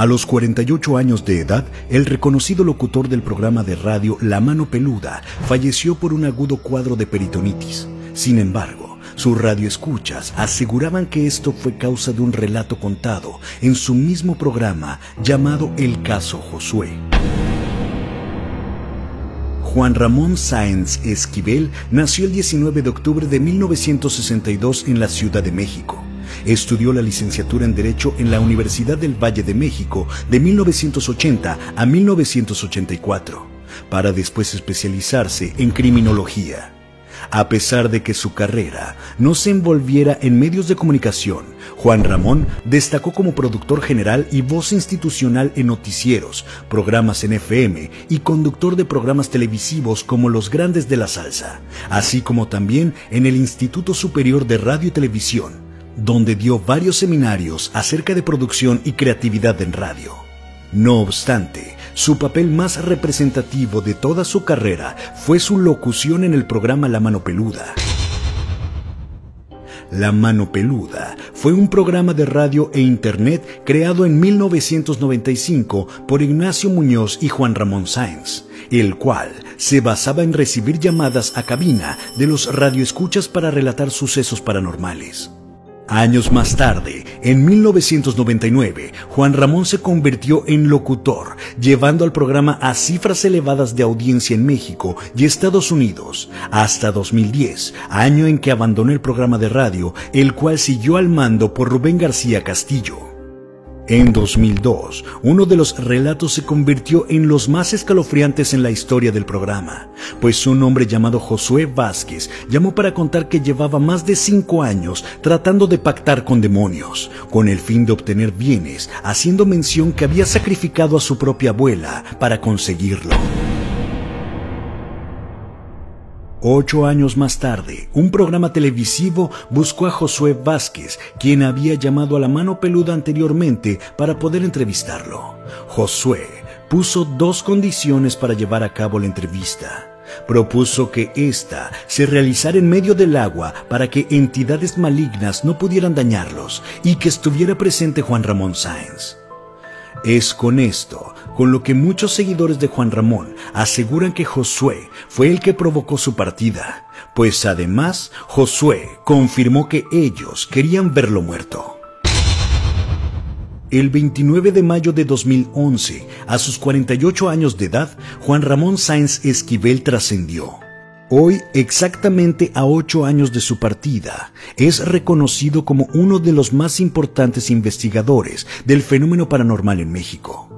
A los 48 años de edad, el reconocido locutor del programa de radio La Mano Peluda falleció por un agudo cuadro de peritonitis. Sin embargo, sus radioescuchas aseguraban que esto fue causa de un relato contado en su mismo programa llamado El Caso Josué. Juan Ramón Sáenz Esquivel nació el 19 de octubre de 1962 en la Ciudad de México. Estudió la licenciatura en Derecho en la Universidad del Valle de México de 1980 a 1984, para después especializarse en criminología. A pesar de que su carrera no se envolviera en medios de comunicación, Juan Ramón destacó como productor general y voz institucional en noticieros, programas en FM y conductor de programas televisivos como Los Grandes de la Salsa, así como también en el Instituto Superior de Radio y Televisión, donde dio varios seminarios acerca de producción y creatividad en radio. No obstante, su papel más representativo de toda su carrera fue su locución en el programa La Mano Peluda. La Mano Peluda fue un programa de radio e internet creado en 1995 por Ignacio Muñoz y Juan Ramón Sáenz, el cual se basaba en recibir llamadas a cabina de los radioescuchas para relatar sucesos paranormales. Años más tarde, en 1999, Juan Ramón se convirtió en locutor, llevando al programa a cifras elevadas de audiencia en México y Estados Unidos, hasta 2010, año en que abandonó el programa de radio, el cual siguió al mando por Rubén García Castillo. En 2002, uno de los relatos se convirtió en los más escalofriantes en la historia del programa, pues un hombre llamado Josué Vázquez llamó para contar que llevaba más de 5 años tratando de pactar con demonios, con el fin de obtener bienes, haciendo mención que había sacrificado a su propia abuela para conseguirlo. 8 años más tarde, un programa televisivo buscó a Josué Vázquez, quien había llamado a La Mano Peluda anteriormente para poder entrevistarlo. Josué puso 2 condiciones para llevar a cabo la entrevista. Propuso que ésta se realizara en medio del agua para que entidades malignas no pudieran dañarlos y que estuviera presente Juan Ramón Sáenz. Es con esto con lo que muchos seguidores de Juan Ramón aseguran que Josué fue el que provocó su partida, pues además Josué confirmó que ellos querían verlo muerto. El 29 de mayo de 2011, a sus 48 años de edad, Juan Ramón Sáenz Esquivel trascendió. Hoy, exactamente a 8 años de su partida, es reconocido como uno de los más importantes investigadores del fenómeno paranormal en México.